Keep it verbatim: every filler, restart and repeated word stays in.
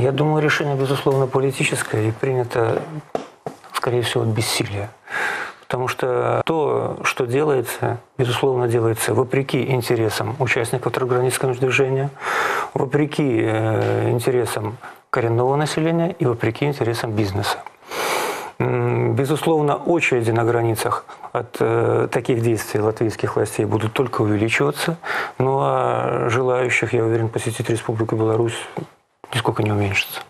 Я думаю, решение, безусловно, политическое и принято, скорее всего, от бессилия. Потому что то, что делается, безусловно, делается вопреки интересам участников трансграничного движения, вопреки э, интересам коренного населения и вопреки интересам бизнеса. Безусловно, очереди на границах от э, таких действий латвийских властей будут только увеличиваться, ну а желающих, я уверен, посетить Республику Беларусь нисколько не уменьшится.